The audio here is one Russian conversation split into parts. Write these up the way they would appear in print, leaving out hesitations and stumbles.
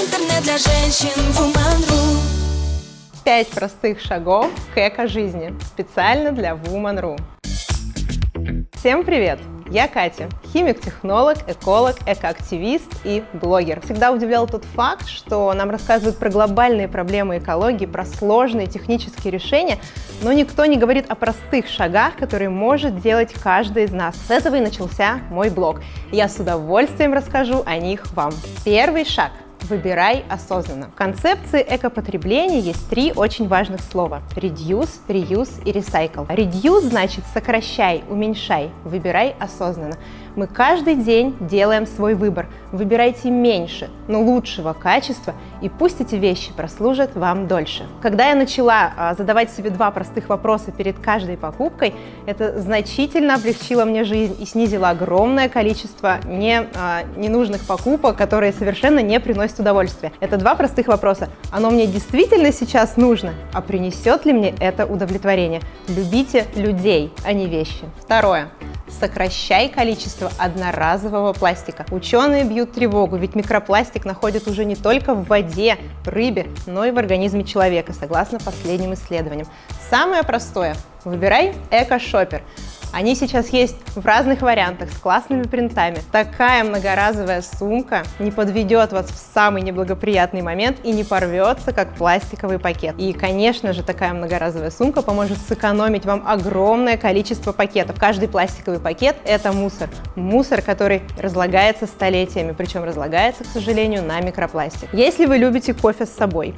Интернет для женщин Woman.ru. 5 простых шагов к эко-жизни специально для Woman.ru. Всем привет! Я Катя, химик-технолог, эколог, экоактивист и блогер. Всегда удивлял тот факт, что нам рассказывают про глобальные проблемы экологии, про сложные технические решения, но никто не говорит о простых шагах, которые может делать каждый из нас. С этого и начался мой блог. Я с удовольствием расскажу о них вам. Первый шаг. Выбирай осознанно. В концепции экопотребления есть 3 очень важных слова: reduce, reuse и recycle. Reduce значит сокращай, уменьшай, выбирай осознанно. Мы каждый день делаем свой выбор. Выбирайте меньше, но лучшего качества, и пусть эти вещи прослужат вам дольше. Когда я начала задавать себе 2 простых вопроса перед каждой покупкой, это значительно облегчило мне жизнь и снизило огромное количество ненужных покупок, которые совершенно не приносят удовольствия. Это 2 простых вопроса. Оно мне действительно сейчас нужно? А принесет ли мне это удовлетворение? Любите людей, а не вещи. Второе. Сокращай количество одноразового пластика. Ученые бьют тревогу, ведь микропластик находят уже не только в воде, рыбе, но и в организме человека, согласно последним исследованиям. Самое простое – выбирай эко-шоппер. Они сейчас есть в разных вариантах, с классными принтами. Такая многоразовая сумка не подведет вас в самый неблагоприятный момент и не порвется, как пластиковый пакет. И, конечно же, такая многоразовая сумка поможет сэкономить вам огромное количество пакетов. Каждый пластиковый пакет – это мусор. Мусор, который разлагается столетиями, причем разлагается, к сожалению, на микропластик. Если вы любите кофе с собой,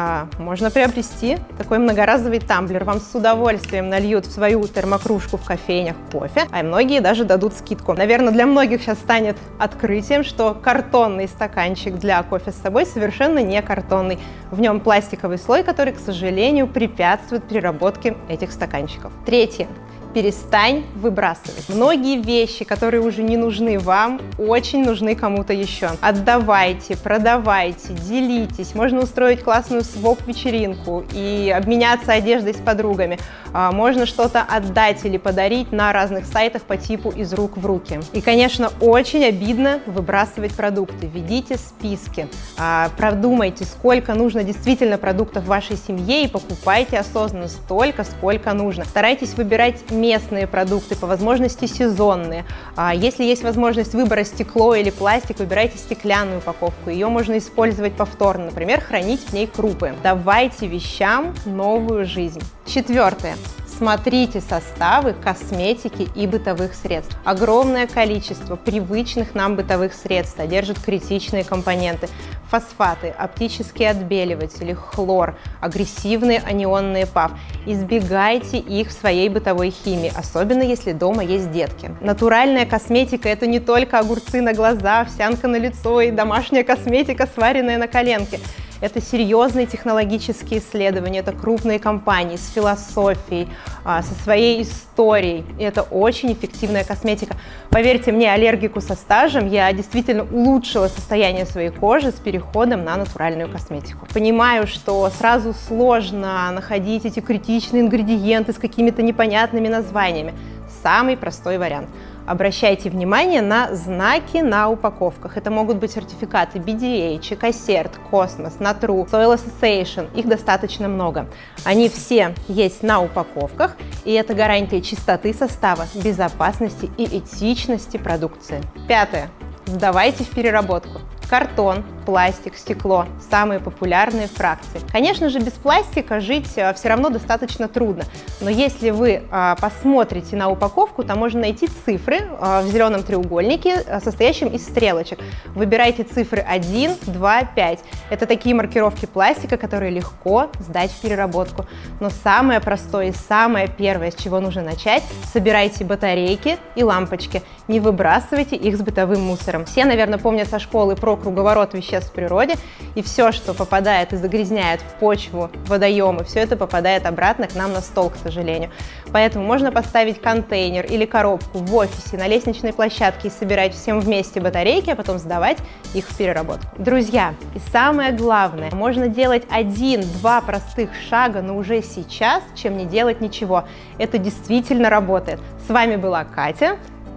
можно приобрести такой многоразовый тамблер. Вам с удовольствием нальют в свою термокружку в кофейнях кофе, а многие даже дадут скидку. Наверное, для многих сейчас станет открытием, что картонный стаканчик для кофе с собой совершенно не картонный. В нем пластиковый слой, который, к сожалению, препятствует переработке этих стаканчиков. Третье. Перестань выбрасывать. Многие вещи, которые уже не нужны вам, очень нужны кому-то еще. Отдавайте, продавайте, делитесь. Можно устроить классную своп-вечеринку и обменяться одеждой с подругами. Можно что-то отдать или подарить на разных сайтах по типу из рук в руки. И, конечно, очень обидно выбрасывать продукты. Ведите списки. Продумайте, сколько нужно действительно продуктов в вашей семье, и покупайте осознанно столько, сколько нужно. Старайтесь выбирать местные продукты, по возможности сезонные. Если есть возможность выбора стекло или пластик, выбирайте стеклянную упаковку. Ее можно использовать повторно, например, хранить в ней крупы. Давайте вещам новую жизнь. Четвертое. Смотрите составы косметики и бытовых средств. Огромное количество привычных нам бытовых средств содержит критичные компоненты: фосфаты, оптические отбеливатели, хлор, агрессивные анионные ПАВ. Избегайте их в своей бытовой химии, особенно если дома есть детки. Натуральная косметика – это не только огурцы на глаза, овсянка на лицо и домашняя косметика, сваренная на коленке. Это серьезные технологические исследования, это крупные компании с философией, со своей историей. И это очень эффективная косметика. Поверьте мне, аллергику со стажем, я действительно улучшила состояние своей кожи с переходом на натуральную косметику. Понимаю, что сразу сложно находить эти критичные ингредиенты с какими-то непонятными названиями. Самый простой вариант. Обращайте внимание на знаки на упаковках. Это могут быть сертификаты BDH, Экосерт, Космос, Натру, Soil Association. Их достаточно много. Они все есть на упаковках, и это гарантия чистоты состава, безопасности и этичности продукции. Пятое. Сдавайте в переработку. Картон, пластик, стекло – самые популярные фракции. Конечно же, без пластика жить все равно достаточно трудно, но если вы посмотрите на упаковку, то можно найти цифры в зеленом треугольнике, состоящем из стрелочек. Выбирайте цифры 1, 2, 5. Это такие маркировки пластика, которые легко сдать в переработку. Но самое простое и самое первое, с чего нужно начать – собирайте батарейки и лампочки. Не выбрасывайте их с бытовым мусором. Все, наверное, помнят со школы про круговорот веществ в природе, и все, что попадает и загрязняет в почву, в водоемы, все это попадает обратно к нам на стол, к сожалению. Поэтому можно поставить контейнер или коробку в офисе, на лестничной площадке и собирать всем вместе батарейки, а потом сдавать их в переработку. Друзья, и самое главное, можно делать 1-2 простых шага, но уже сейчас, чем не делать ничего. Это действительно работает. С вами была Катя.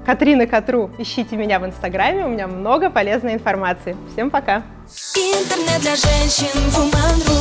Катрина Катру. Ищите меня в Инстаграме, у меня много полезной информации. Всем пока! Интернет для женщин Woman.ru.